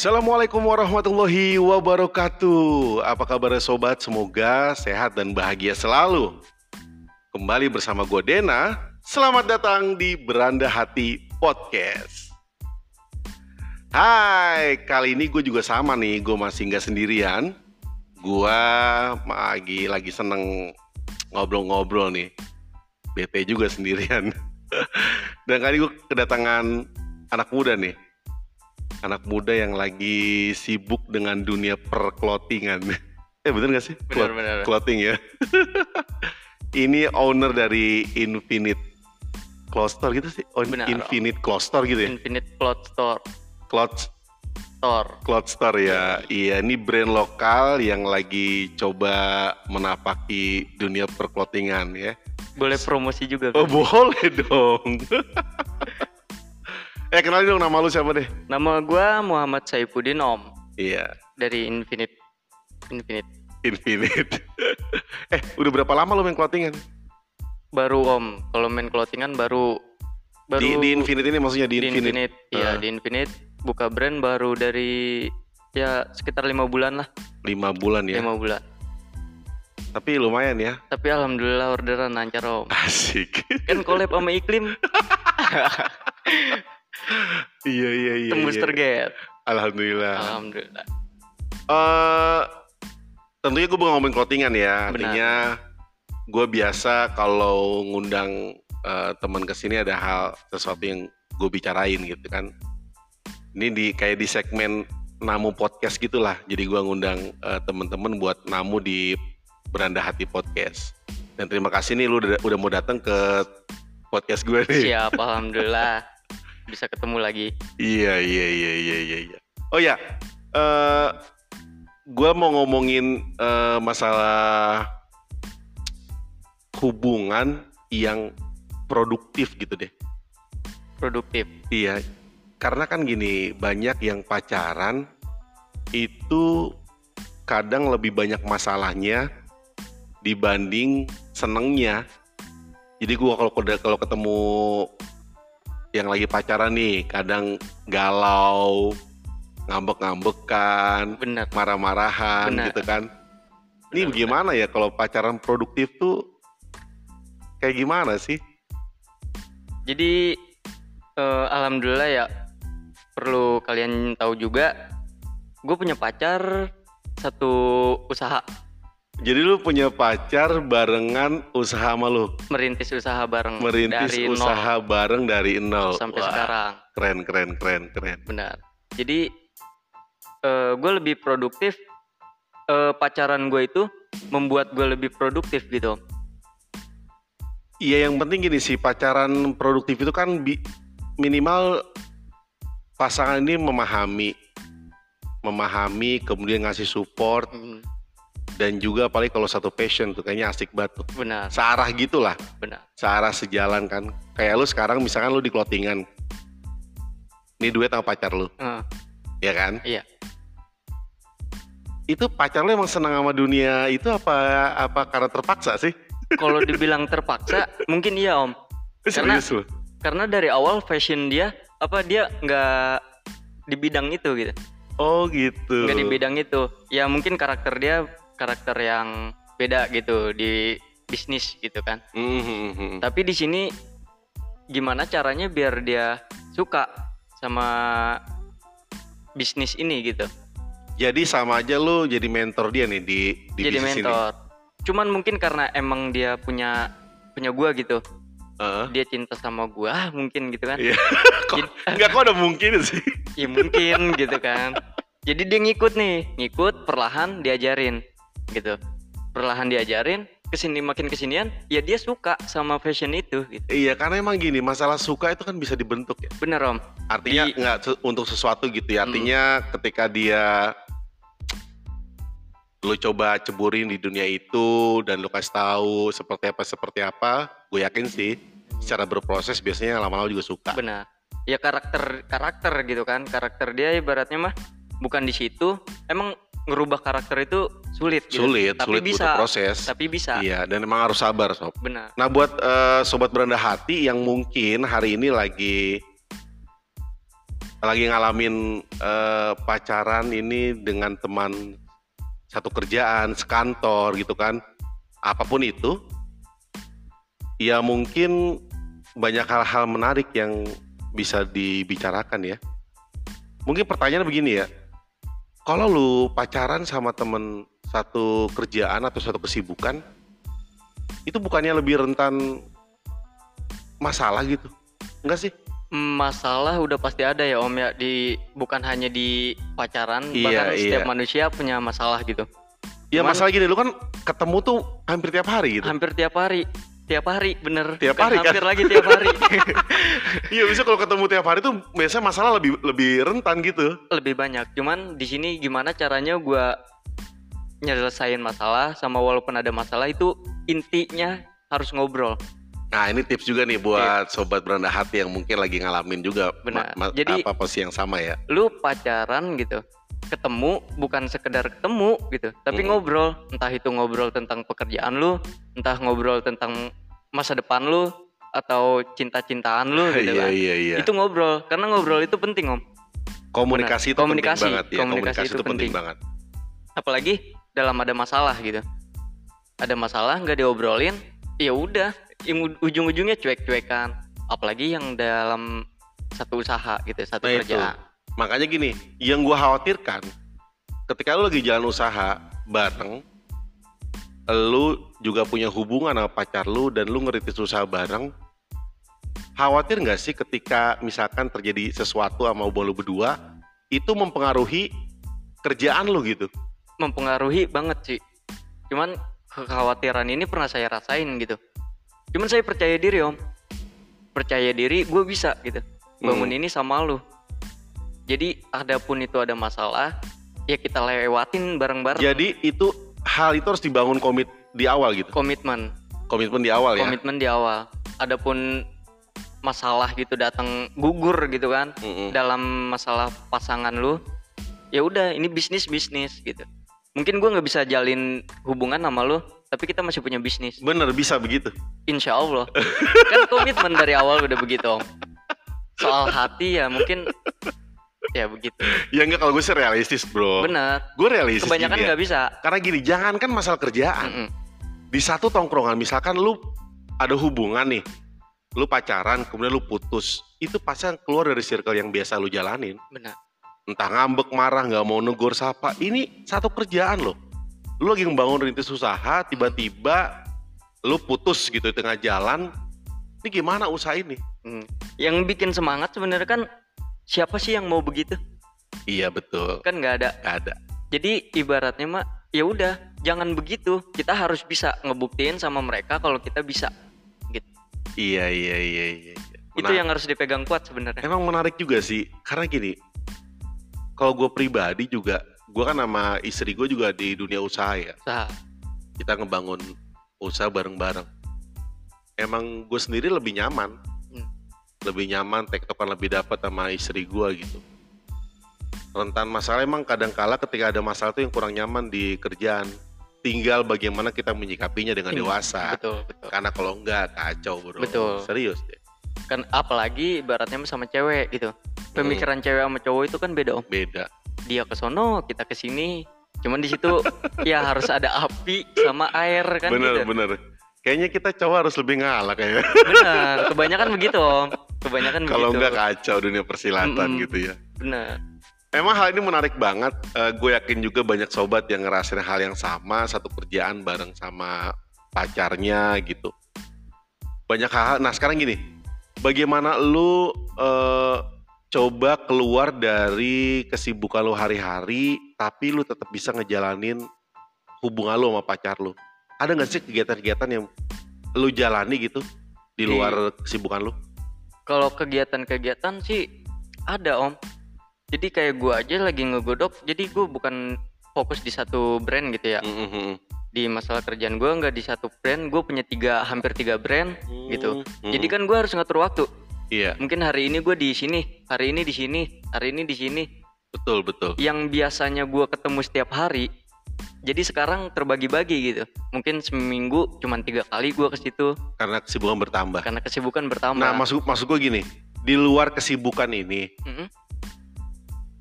Assalamualaikum warahmatullahi wabarakatuh. Apa kabar sobat? Semoga sehat dan bahagia selalu. Kembali bersama gue Dena. Selamat datang di Beranda Hati Podcast. Hai, kali ini gue juga sama nih. Gue masih nggak sendirian. Gue lagi seneng ngobrol-ngobrol nih. Bete juga sendirian. Dan kali gue kedatangan anak muda nih. Anak muda yang lagi sibuk dengan dunia perclothingan. Bener gak sih? Bener. Clothing ya. Ini owner dari Infinite Cloth Store gitu sih? Benar, Infinite Cloth Store gitu ya? Infinite Cloth Store. Cloth Store ya. Iya, ini brand lokal yang lagi coba menapaki dunia perclothingan ya. Boleh promosi juga Oh, kan? boleh dong. Kenalin dong, nama lu siapa deh? Nama gue Muhammad Saifuddin Om. Iya. Dari Infinite. Udah berapa lama lu main clothingan? Baru Om. Kalau main clothingan baru Di Infinite ini maksudnya di Infinite. Iya, di Infinite buka brand baru dari ya sekitar 5 bulan lah. 5 bulan ya. 5 bulan. Tapi lumayan ya. Tapi alhamdulillah orderan lancar Om. Asik. Kan collab sama Iklim. Iya. Tembus target. Alhamdulillah. Alhamdulillah. Tentunya gue bukan ngomongin clothingan ya. Benar. Artinya gue biasa kalau ngundang teman kesini ada hal sesuatu yang gue bicarain gitu kan. Ini kayak di segmen namu podcast gitulah. Jadi gue ngundang teman-teman buat namu di Beranda Hati Podcast. Dan terima kasih nih lu udah mau datang ke podcast gue nih. Siap, alhamdulillah. Bisa ketemu lagi. Iya. Oh ya, gue mau ngomongin masalah hubungan yang produktif gitu deh. Produktif. Iya, karena kan gini, banyak yang pacaran itu kadang lebih banyak masalahnya dibanding senengnya. Jadi gue kalau ketemu yang lagi pacaran nih, kadang galau, ngambek-ngambekan, Bener. marah-marahan Bener. gitu kan. Ini bagaimana ya kalau pacaran produktif tuh kayak gimana sih? Jadi alhamdulillah ya, perlu kalian tahu juga, gue punya pacar satu usaha. Jadi lu punya pacar barengan usaha sama lu? Merintis usaha bareng. Merintis dari usaha bareng dari nol. sampai Wah, sekarang. Keren. Benar. Jadi gue lebih produktif. Pacaran gue itu membuat gue lebih produktif gitu. Iya, yang penting gini sih, pacaran produktif itu kan minimal pasangan ini memahami, kemudian ngasih support, dan juga paling kalau satu passion tuh kayaknya asik banget tuh. Benar. Searah gitulah, Benar. searah sejalan kan. Kayak lu sekarang misalkan lu di clothingan, ini duet sama pacar lu, ya kan? Iya. Itu pacar lu emang senang sama dunia itu apa karena terpaksa sih? Kalau dibilang terpaksa, mungkin iya Om. Serius lu? Karena dari awal fashion dia nggak di bidang itu gitu. Oh gitu. Nggak di bidang itu. Ya mungkin karakter dia karakter yang beda gitu di bisnis gitu kan. Tapi di sini gimana caranya biar dia suka sama bisnis ini gitu. Jadi sama aja lu jadi mentor dia nih di Jadi bisnis mentor. Cuman mungkin karena emang dia punya gua gitu. Dia cinta sama gua mungkin gitu kan. Iya. Kok ada mungkin sih? Ya mungkin gitu kan. Jadi dia ngikut perlahan diajarin gitu. Perlahan diajarin, makin kesinian ya dia suka sama fashion itu gitu. Iya, karena emang gini, masalah suka itu kan bisa dibentuk ya. Bener Om. Artinya nggak untuk sesuatu gitu ya. Artinya ketika lu coba ceburin di dunia itu dan lu kasih tahu seperti apa, gue yakin sih secara berproses biasanya lama-lama juga suka. Benar. Ya karakter gitu kan. Karakter dia ibaratnya mah bukan di situ. Emang ngerubah karakter itu sulit gitu. Sulit bisa, butuh proses. Tapi bisa. Iya, dan emang harus sabar, Sob. Benar. Nah, buat sobat Beranda Hati yang mungkin hari ini lagi lagi ngalamin pacaran ini dengan teman satu kerjaan, sekantor gitu kan, apapun itu, ya mungkin banyak hal-hal menarik yang bisa dibicarakan ya. Mungkin pertanyaannya begini ya, kalau lu pacaran sama temen satu kerjaan atau satu kesibukan, itu bukannya lebih rentan masalah gitu, enggak sih? Masalah udah pasti ada ya Om ya, bukan hanya di pacaran, bahkan setiap manusia punya masalah gitu. Iya, masalah gini, lu kan ketemu tuh hampir tiap hari gitu. Hampir tiap hari, bener. Tiap hari kan? Hampir lagi tiap hari. Iya, bisa kalau ketemu tiap hari tuh biasanya masalah lebih rentan gitu. Lebih banyak. Cuman di sini gimana caranya gua nyelesain masalah, sama walaupun ada masalah itu intinya harus ngobrol. Nah, ini tips juga nih buat sobat berendah hati yang mungkin lagi ngalamin juga. Benar. Jadi posisi yang sama ya. Lu pacaran gitu, ketemu bukan sekedar ketemu gitu, tapi ngobrol. Entah itu ngobrol tentang pekerjaan lu, entah ngobrol tentang masa depan lu, atau cinta-cintaan lu gitu kan. Iya. Itu ngobrol, karena ngobrol itu penting Om. Komunikasi itu penting banget ya. Komunikasi itu penting banget. Apalagi dalam ada masalah gitu. Ada masalah nggak diobrolin, ya udah. Ujung-ujungnya cuek-cuekan, apalagi yang dalam satu usaha gitu, satu kerjaan. Makanya gini, yang gue khawatirkan ketika lu lagi jalan usaha bareng, lu juga punya hubungan sama pacar lu dan lu ngerintis usaha bareng, khawatir nggak sih ketika misalkan terjadi sesuatu sama lu berdua, itu mempengaruhi kerjaan lu gitu? Mempengaruhi banget sih. Cuman kekhawatiran ini pernah saya rasain gitu. Cuman saya percaya diri Om, percaya diri gue bisa gitu bangun ini sama lu. Jadi adapun itu ada masalah, ya kita lewatin bareng-bareng. Jadi hal itu harus dibangun di awal gitu. Komitmen di awal ya. Komitmen di awal. Adapun masalah gitu datang gugur gitu kan, dalam masalah pasangan lu, ya udah ini bisnis gitu. Mungkin gue nggak bisa jalin hubungan sama lu, tapi kita masih punya bisnis. Bener, bisa begitu. Insya Allah. Kan komitmen dari awal udah begitu Om. Soal hati ya mungkin ya begitu. Ya enggak, kalau gue sih realistis bro. Bener. Gue realistis. Kebanyakan nggak bisa. Karena gini, jangankan masalah kerjaan. Di satu tongkrongan, misalkan lu ada hubungan nih, lu pacaran, kemudian lu putus, itu pasti keluar dari circle yang biasa lu jalanin. Benar. Entah ngambek, marah, nggak mau negur, sapa. Ini satu kerjaan loh. Lu lagi membangun rintis usaha, tiba-tiba lu putus gitu di tengah jalan. Ini gimana usaha ini? Yang bikin semangat sebenarnya kan siapa sih yang mau begitu? Iya betul. Kan nggak ada. Nggak ada. Jadi ibaratnya mah ya udah jangan begitu. Kita harus bisa ngebuktiin sama mereka kalau kita bisa. Gitu. Iya. Itu yang harus dipegang kuat sebenarnya. Emang menarik juga sih, karena gini. Kalau gue pribadi juga, gue kan sama istri gue juga di dunia usaha ya. Kita ngebangun usaha bareng-bareng. Emang gue sendiri lebih nyaman. Lebih nyaman, tektokan lebih dapat sama istri gue gitu. Rentan masalah emang kadang-kala ketika ada masalah tuh yang kurang nyaman di kerjaan. Tinggal bagaimana kita menyikapinya dengan dewasa. Betul. Karena kalau enggak kacau bro. Betul. Serius deh. Kan apalagi ibaratnya sama cewek gitu. Pemikiran cewek sama cowok itu kan beda Om. Beda. Dia ke sono, kita ke sini. Cuman di situ ya harus ada api sama air kan. Bener. Kayaknya kita cowok harus lebih ngalah kayaknya. Benar, kebanyakan begitu Om. Kalau enggak kacau dunia persilatan gitu ya. Benar. Emang hal ini menarik banget. Gue yakin juga banyak sobat yang ngerasain hal yang sama, satu kerjaan bareng sama pacarnya gitu. Banyak hal. Nah sekarang gini, bagaimana lu coba keluar dari kesibukan lu hari-hari, tapi lu tetap bisa ngejalanin hubungan lu sama pacar lu? Ada nggak sih kegiatan-kegiatan yang lu jalani gitu di luar kesibukan lu? Kalau kegiatan-kegiatan sih ada Om. Jadi kayak gue aja lagi ngegodok, jadi gue bukan fokus di satu brand gitu ya. Di masalah kerjaan gue nggak di satu brand, gue punya hampir tiga brand gitu. Jadi kan gue harus ngatur waktu. Iya. Mungkin hari ini gue di sini, hari ini di sini, hari ini di sini. Betul. Yang biasanya gue ketemu setiap hari, jadi sekarang terbagi-bagi gitu. Mungkin seminggu cuma 3 kali gue ke situ. Karena kesibukan bertambah. Nah, maksud gue gini, di luar kesibukan ini,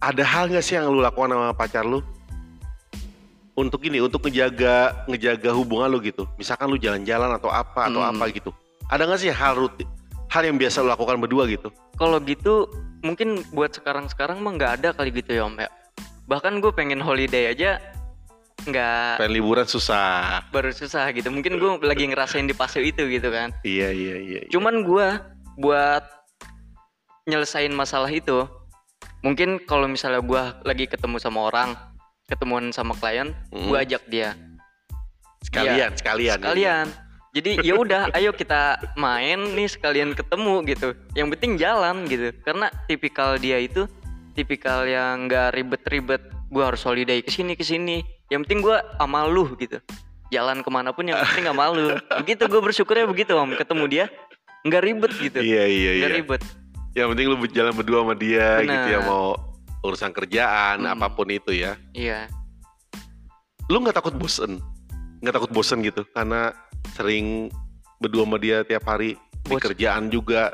ada hal nggak sih yang lu lakukan sama pacar lu untuk ngejaga hubungan lu gitu? Misalkan lu jalan-jalan atau apa gitu. Ada nggak sih hal yang biasa lu lakukan berdua gitu? Kalau gitu mungkin buat sekarang mah nggak ada kali gitu ya Om ya. Bahkan gue pengen holiday aja nggak. Pengen liburan susah. Baru susah gitu. Mungkin gue lagi ngerasain di fase itu gitu kan. Iya. Cuman gue buat nyelesain masalah itu, mungkin kalau misalnya gue lagi ketemuan sama klien, gue ajak dia. Sekalian. Jadi ya udah, ayo kita main nih sekalian ketemu gitu. Yang penting jalan gitu. Karena tipikal dia itu tipikal yang nggak ribet-ribet. Gue harus holiday kesini. Yang penting gue sama lu gitu. Jalan kemanapun yang penting sama lu. Begitu gue bersyukurnya begitu Om. Ketemu dia nggak ribet gitu. Iya. Nggak ribet. Yang penting lu jalan berdua sama dia. Bener. Gitu ya, mau urusan kerjaan apapun itu ya. Iya. Lu nggak takut bosen gitu karena sering berdua sama dia tiap hari di kerjaan juga.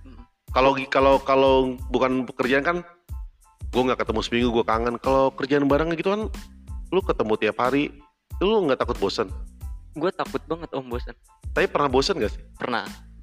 Kalau bukan pekerjaan kan gue nggak ketemu seminggu gue kangen. Kalau kerjaan bareng gitu kan lu ketemu tiap hari, lu nggak takut bosen? Gue takut banget Om bosen. Tapi pernah bosen gak sih? Pernah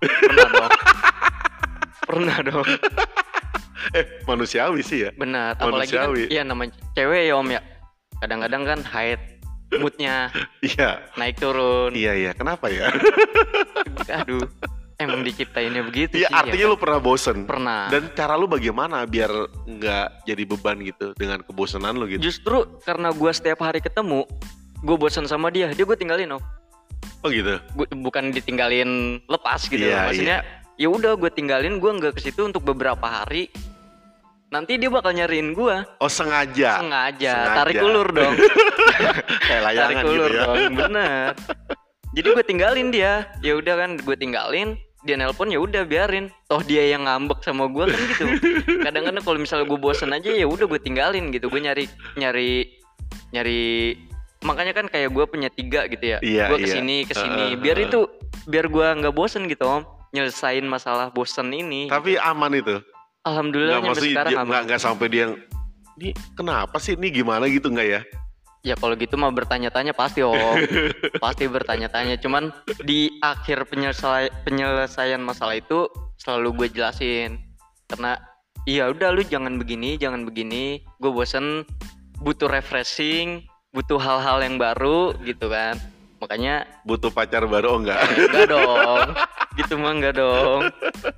dong. Manusiawi sih ya. Benar. Apalagi kan ya namanya cewek ya Om ya. Kadang-kadang kan haid moodnya naik turun. Iya. Kenapa ya? Aduh, emang diciptainnya begitu sih. Artinya lu pernah bosen? Pernah. Dan cara lu bagaimana biar nggak jadi beban gitu dengan kebosanan lu gitu? Justru karena gue setiap hari ketemu, gue bosen sama dia gue tinggalin Om. Oh gitu? Bukan ditinggalin lepas gitu. Maksudnya ya udah gue tinggalin, gue nggak ke situ untuk beberapa hari. Nanti dia bakal nyariin gue. Oh sengaja. Tarik ulur dong. Kayak layangan tarik ulur gitu ya. Dong, bener. Jadi gue tinggalin dia. Ya udah kan, gue tinggalin. Dia nelpon ya udah biarin. Toh dia yang ngambek sama gue kan gitu. Kadang-kadang kalau misalnya gue bosen aja ya udah gue tinggalin gitu. Gue nyari. Makanya kan kayak gue punya 3 gitu ya. Gue kesini. Biar gue nggak bosen gitu Om. Nyelesain masalah bosen ini. Tapi aman itu. Alhamdulillah sampai sekarang aman. Nggak sampai dia ini kenapa sih ini gimana gitu nggak ya? Ya kalau gitu mah bertanya-tanya pasti Om. Pasti bertanya-tanya. Cuman di akhir penyelesaian masalah itu selalu gue jelasin. Karena ya udah lu jangan begini. Gue bosen, butuh refreshing, butuh hal-hal yang baru gitu kan. Makanya butuh pacar baru enggak? Enggak dong. Gitu mah enggak dong.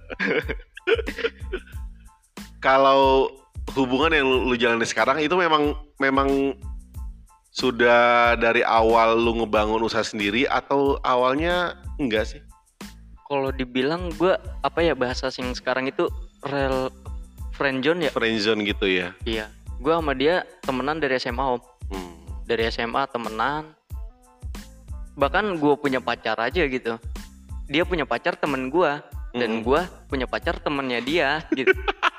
Kalau hubungan yang lu jalani sekarang itu memang sudah dari awal lu ngebangun usaha sendiri atau awalnya enggak sih? Kalau dibilang gue bahasa sing sekarang itu friendzone ya? Friendzone gitu ya? Iya. Gue sama dia temenan dari SMA Om. Dari SMA temenan. Bahkan gue punya pacar aja gitu. Dia punya pacar temen gue. Dan gue punya pacar temennya dia gitu.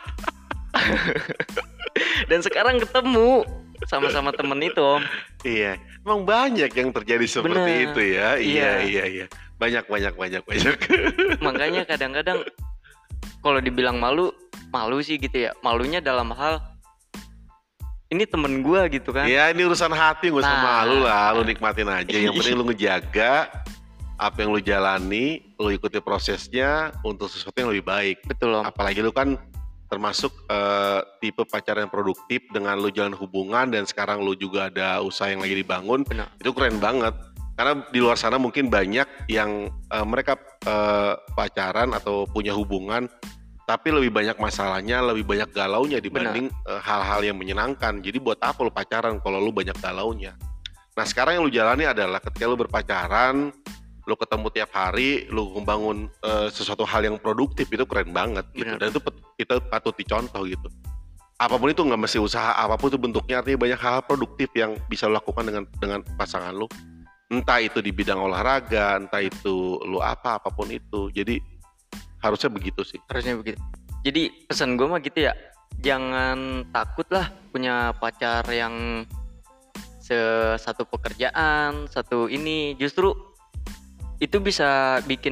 Dan sekarang ketemu sama-sama temen itu Om. Iya, emang banyak yang terjadi seperti itu ya. Iya. Banyak. Makanya kadang-kadang kalau dibilang malu sih gitu ya. Malunya dalam hal ini temen gue gitu kan. Iya, ini urusan hati, gak usah malu lah. Lu nikmatin aja. Yang penting lu ngejaga apa yang lu jalani, lu ikuti prosesnya untuk sesuatu yang lebih baik. Betul Om. Apalagi lu kan termasuk tipe pacaran yang produktif dengan lu jalan hubungan dan sekarang lu juga ada usaha yang lagi dibangun. Benar. Itu keren banget. Karena di luar sana mungkin banyak yang mereka pacaran atau punya hubungan tapi lebih banyak masalahnya, lebih banyak galaunya dibanding hal-hal yang menyenangkan. Jadi buat apa lu pacaran kalau lu banyak galaunya? Nah sekarang yang lu jalani adalah ketika lu berpacaran, lu ketemu tiap hari, lu membangun sesuatu hal yang produktif, itu keren banget gitu. Dan itu patut dicontoh gitu. Apapun itu, nggak mesti usaha, apapun itu bentuknya, artinya banyak hal produktif yang bisa lu lakukan dengan pasangan lu. Entah itu di bidang olahraga, entah itu lu apapun itu. Jadi harusnya begitu sih. Harusnya begitu. Jadi pesan gue mah gitu ya, jangan takut lah punya pacar yang satu pekerjaan, satu ini. Justru itu bisa bikin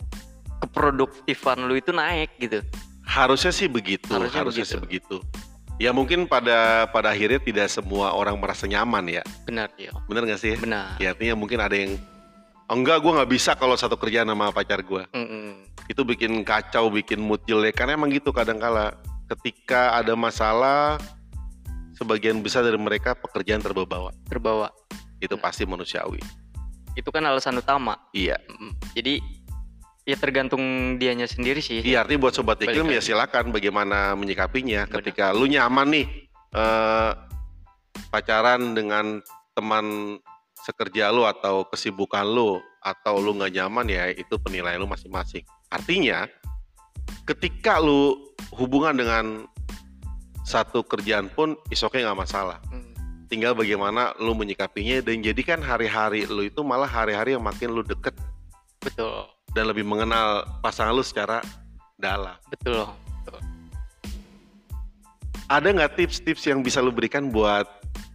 keproduktifan lu itu naik gitu. Harusnya sih begitu. Harusnya sih begitu. Ya mungkin pada akhirnya tidak semua orang merasa nyaman ya. Benar ya. Benar nggak sih? Benar. Ya artinya mungkin ada yang enggak, gue nggak bisa kalau satu kerjaan sama pacar gue. Itu bikin kacau, bikin mood jelek. Karena emang gitu kadang-kala ketika ada masalah, sebagian besar dari mereka pekerjaan terbawa. Itu pasti manusiawi. Itu kan alasan utama. Iya. Jadi ya tergantung dianya sendiri sih. Iya, artinya buat Sobat Iklim ya silakan bagaimana menyikapinya. Ketika lu nyaman nih pacaran dengan teman sekerja lu atau kesibukan lu, atau lu nggak nyaman, ya itu penilaian lu masing-masing. Artinya ketika lu hubungan dengan satu kerjaan pun isoknya nggak masalah. Tinggal bagaimana lu menyikapinya dan jadikan hari-hari lu itu malah hari-hari yang makin lu deket. Betul. Dan lebih mengenal pasangan lu secara dalam. Betul. Ada nggak tips-tips yang bisa lu berikan buat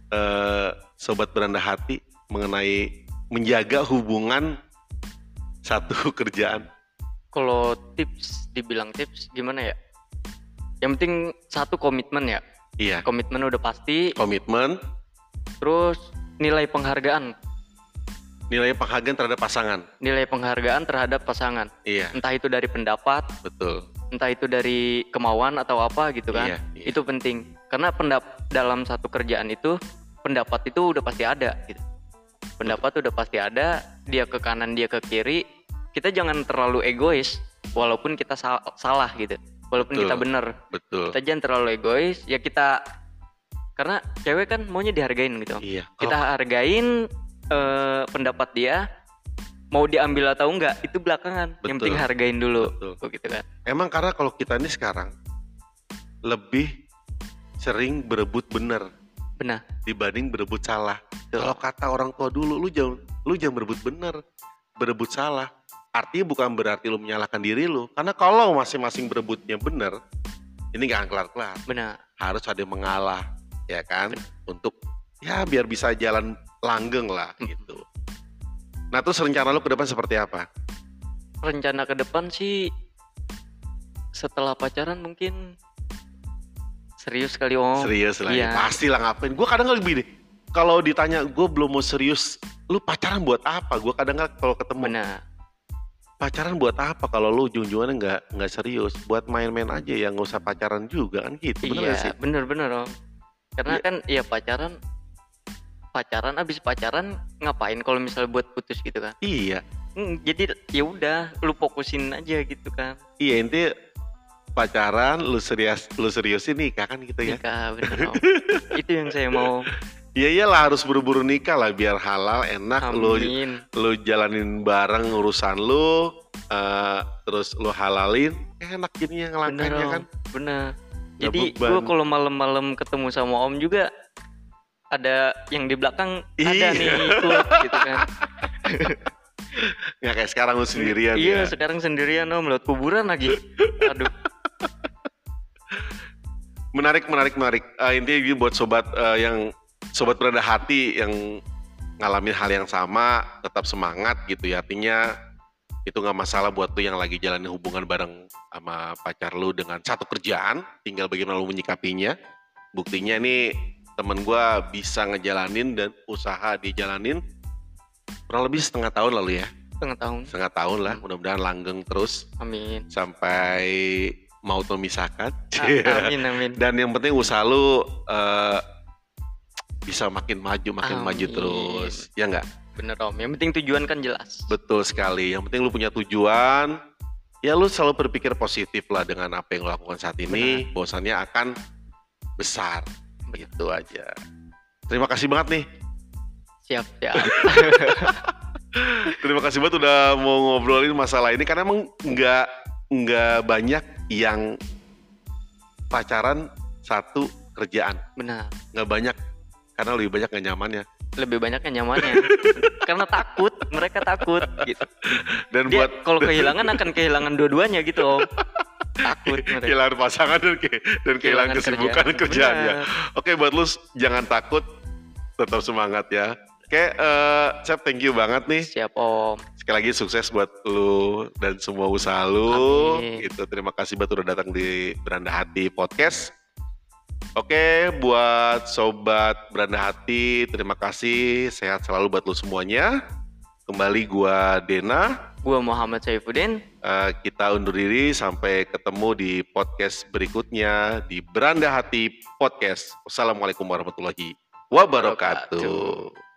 sobat beranda hati mengenai menjaga hubungan satu kerjaan? Kalau dibilang tips gimana ya? Yang penting satu komitmen ya. Iya. Komitmen udah pasti. Komitmen. Terus nilai penghargaan. Nilai penghargaan terhadap pasangan. Nilai penghargaan terhadap pasangan. Iya. Entah itu dari pendapat. Betul. Entah itu dari kemauan atau apa gitu kan. Iya. Itu penting. Karena dalam satu kerjaan itu pendapat itu udah pasti ada gitu. Pendapat udah pasti ada, dia ke kanan, dia ke kiri. Kita jangan terlalu egois walaupun kita salah gitu. Walaupun kita benar. Betul. Kita jangan terlalu egois, ya kita, karena cewek kan maunya dihargain gitu. Iya. Kita hargain pendapat dia, mau diambil atau enggak itu belakangan. Betul. Yang penting hargain dulu. Betul. Gitu kan. Emang karena kalau kita ini sekarang lebih sering berebut benar dibanding berebut salah. Kalau kata orang tua dulu, lu jangan berebut benar, berebut salah. Artinya bukan berarti lu menyalahkan diri lu, karena kalau masing-masing berebutnya benar, ini gak akan kelar-kelar. Benar. Harus ada yang mengalah, ya kan? Untuk ya biar bisa jalan langgeng lah gitu. Nah terus rencana lu ke depan seperti apa? Rencana ke depan sih setelah pacaran mungkin serius kali Om. Serius lah, ya. Pastilah ngapain. Gue kadang lebih deh, kalau ditanya gue belum mau serius, lu pacaran buat apa? Gue kadang kalau ketemu, pacaran buat apa kalau lu ujung-ujungnya nggak serius? Buat main-main aja ya, nggak usah pacaran juga kan gitu. Bener sih? Bener Om. Karena kan ya pacaran abis pacaran ngapain kalau misalnya buat putus gitu kan? Iya. Jadi ya udah, lu fokusin aja gitu kan? Iya, intinya pacaran, lu seriusin nikah kan gitu ya? Nikah, bener Om. Itu yang saya mau. Ya iyalah, harus buru-buru nikah lah biar halal, enak. Lu jalanin bareng urusan lu, terus lu halalin, enak jadinya ngelangkahnya kan. Bener. Jadi gue kalau malam-malam ketemu sama Om juga ada yang di belakang, ada nih ikut gitu kan. Nggak kayak sekarang lu sendirian. Iya, sekarang sendirian Om, lewat kuburan lagi. Aduh. Menarik. Intinya buat sobat sobat berada hati yang ngalamin hal yang sama, tetap semangat gitu ya. Artinya itu nggak masalah buat lu yang lagi jalanin hubungan bareng sama pacar lu dengan satu kerjaan. Tinggal bagaimana lu menyikapinya. Buktinya nih temen gue bisa ngejalanin dan usaha dijalanin kurang lebih setengah tahun lalu ya. Setengah tahun lah, mudah-mudahan langgeng terus. Amin. Sampai mau memisahkan. Amin. Dan yang penting usaha lu bisa makin maju terus, ya nggak? Bener Om, yang penting tujuan kan jelas. Betul sekali, yang penting lu punya tujuan, ya lu selalu berpikir positif lah dengan apa yang lu lakukan saat ini, bahwasannya akan besar, gitu aja. Terima kasih banget nih. Siap. Terima kasih banget udah mau ngobrolin masalah ini, karena emang nggak banyak yang pacaran satu kerjaan. Benar. Nggak banyak. Karena lebih banyak gak nyamannya. Lebih banyak gak nyamannya. Karena mereka takut gitu. Dan dia kalau kehilangan akan kehilangan dua-duanya gitu Om. Takut mereka. Kehilangan pasangan dan kehilangan kesibukan kerjaannya. Oke, buat lu jangan takut, tetap semangat ya. Oke, Sep, thank you banget nih. Siap Om. Sekali lagi sukses buat lu dan semua usaha lu. Amin. Gitu. Terima kasih buat udah datang di Beranda Hati Podcast. Oke, buat sobat Beranda Hati, terima kasih. Sehat selalu buat lu semuanya. Kembali gua Dena. Gua Muhammad Saifuddin. Kita undur diri sampai ketemu di podcast berikutnya di Beranda Hati Podcast. Wassalamualaikum warahmatullahi wabarakatuh.